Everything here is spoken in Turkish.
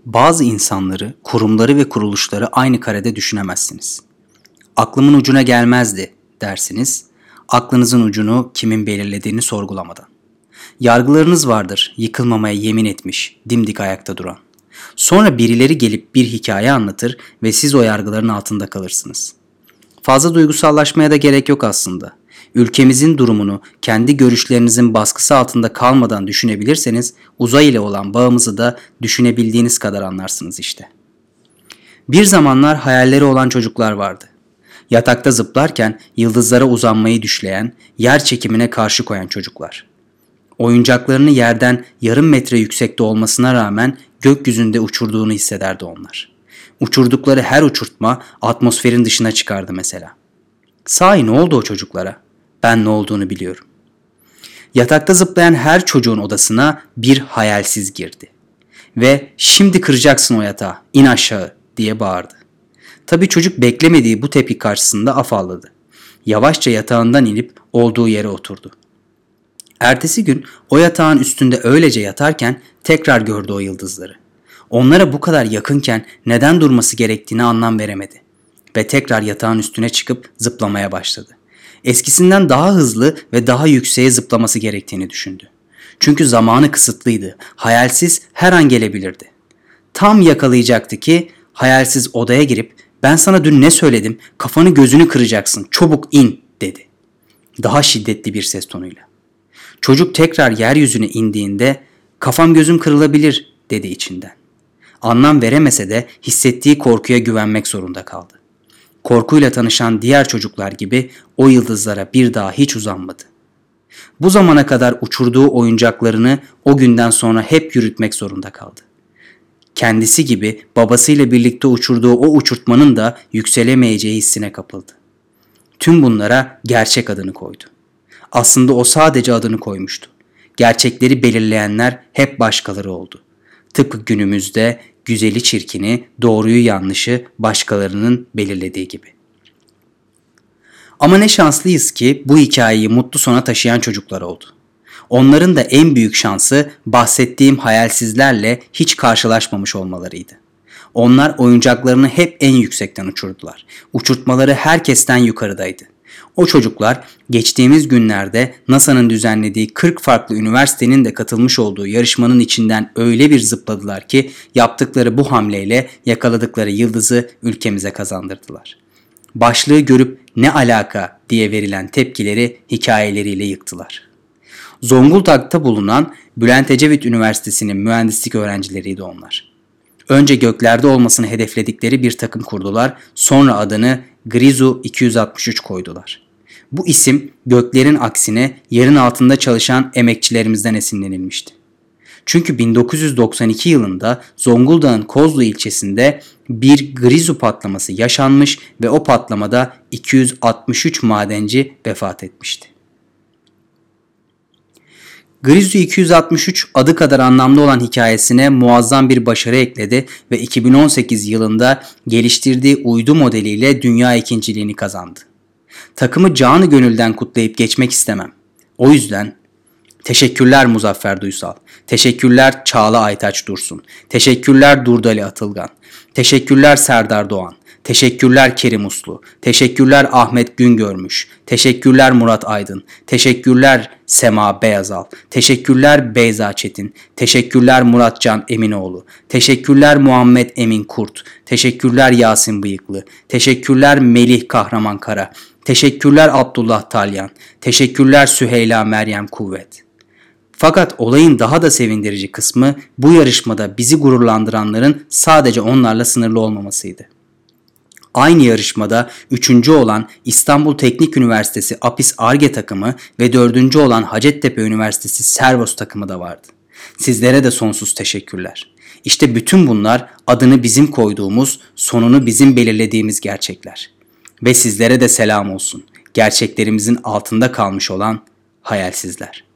Bazı insanları, kurumları ve kuruluşları aynı karede düşünemezsiniz. Aklımın ucuna gelmezdi dersiniz, aklınızın ucunu kimin belirlediğini sorgulamadan. Yargılarınız vardır, yıkılmamaya yemin etmiş, dimdik ayakta duran. Sonra birileri gelip bir hikaye anlatır ve siz o yargıların altında kalırsınız. Fazla duygusallaşmaya da gerek yok aslında. Ülkemizin durumunu kendi görüşlerinizin baskısı altında kalmadan düşünebilirseniz uzay ile olan bağımızı da düşünebildiğiniz kadar anlarsınız işte. Bir zamanlar hayalleri olan çocuklar vardı. Yatakta zıplarken yıldızlara uzanmayı düşleyen, yer çekimine karşı koyan çocuklar. Oyuncaklarını yerden yarım metre yüksekte olmasına rağmen gökyüzünde uçurduğunu hissederdi onlar. Uçurdukları her uçurtma atmosferin dışına çıkardı mesela. Sahi ne oldu o çocuklara? Ben ne olduğunu biliyorum. Yatakta zıplayan her çocuğun odasına bir hayalsiz girdi. Ve "Şimdi kıracaksın o yatağı, in aşağı" diye bağırdı. Tabii çocuk beklemediği bu tepki karşısında afalladı. Yavaşça yatağından inip olduğu yere oturdu. Ertesi gün o yatağın üstünde öylece yatarken tekrar gördü o yıldızları. Onlara bu kadar yakınken neden durması gerektiğini anlam veremedi. Ve tekrar yatağın üstüne çıkıp zıplamaya başladı. Eskisinden daha hızlı ve daha yükseğe zıplaması gerektiğini düşündü. Çünkü zamanı kısıtlıydı. Hayalsiz her an gelebilirdi. Tam yakalayacaktı ki hayalsiz odaya girip "Ben sana dün ne söyledim? Kafanı gözünü kıracaksın. Çabuk in" dedi. Daha şiddetli bir ses tonuyla. Çocuk tekrar yeryüzüne indiğinde "Kafam gözüm kırılabilir" dedi içinden. Anlam veremese de hissettiği korkuya güvenmek zorunda kaldı. Korkuyla tanışan diğer çocuklar gibi o yıldızlara bir daha hiç uzanmadı. Bu zamana kadar uçurduğu oyuncaklarını o günden sonra hep yürütmek zorunda kaldı. Kendisi gibi babasıyla birlikte uçurduğu o uçurtmanın da yükselemeyeceği hissine kapıldı. Tüm bunlara gerçek adını koydu. Aslında o sadece adını koymuştu. Gerçekleri belirleyenler hep başkaları oldu. Tıpkı günümüzde güzeli çirkini, doğruyu yanlışı başkalarının belirlediği gibi. Ama ne şanslıyız ki bu hikayeyi mutlu sona taşıyan çocuklar oldu. Onların da en büyük şansı bahsettiğim hayalsizlerle hiç karşılaşmamış olmalarıydı. Onlar oyuncaklarını hep en yüksekten uçurdular. Uçurtmaları herkesten yukarıdaydı. O çocuklar geçtiğimiz günlerde NASA'nın düzenlediği 40 farklı üniversitenin de katılmış olduğu yarışmanın içinden öyle bir zıpladılar ki yaptıkları bu hamleyle yakaladıkları yıldızı ülkemize kazandırdılar. Başlığı görüp "Ne alaka?" diye verilen tepkileri hikayeleriyle yıktılar. Zonguldak'ta bulunan Bülent Ecevit Üniversitesi'nin mühendislik öğrencileriydi onlar. Önce göklerde olmasını hedefledikleri bir takım kurdular, sonra adını Grizu 263 koydular. Bu isim göklerin aksine yerin altında çalışan emekçilerimizden esinlenilmişti. Çünkü 1992 yılında Zonguldak'ın Kozlu ilçesinde bir Grizu patlaması yaşanmış ve o patlamada 263 madenci vefat etmişti. Grizu 263 adı kadar anlamlı olan hikayesine muazzam bir başarı ekledi ve 2018 yılında geliştirdiği uydu modeliyle dünya ikinciliğini kazandı. Takımı canı gönülden kutlayıp geçmek istemem. O yüzden teşekkürler Muzaffer Duysal, teşekkürler Çağla Aytaç Dursun, teşekkürler Durdali Atılgan, teşekkürler Serdar Doğan, teşekkürler Kerim Uslu, teşekkürler Ahmet Güngörmüş, teşekkürler Murat Aydın, teşekkürler Sema Beyazal, teşekkürler Beyza Çetin, teşekkürler Muratcan Eminoğlu, teşekkürler Muhammed Emin Kurt, teşekkürler Yasin Bıyıklı, teşekkürler Melih Kahraman Kara, teşekkürler Abdullah Talyan, teşekkürler Süheyla Meryem Kuvvet. Fakat olayın daha da sevindirici kısmı bu yarışmada bizi gururlandıranların sadece onlarla sınırlı olmamasıydı. Aynı yarışmada 3. olan İstanbul Teknik Üniversitesi APİS Ar-Ge takımı ve 4. olan Hacettepe Üniversitesi Servos takımı da vardı. Sizlere de sonsuz teşekkürler. İşte bütün bunlar adını bizim koyduğumuz, sonunu bizim belirlediğimiz gerçekler. Ve sizlere de selam olsun. Gerçeklerimizin altında kalmış olan hayalsizler.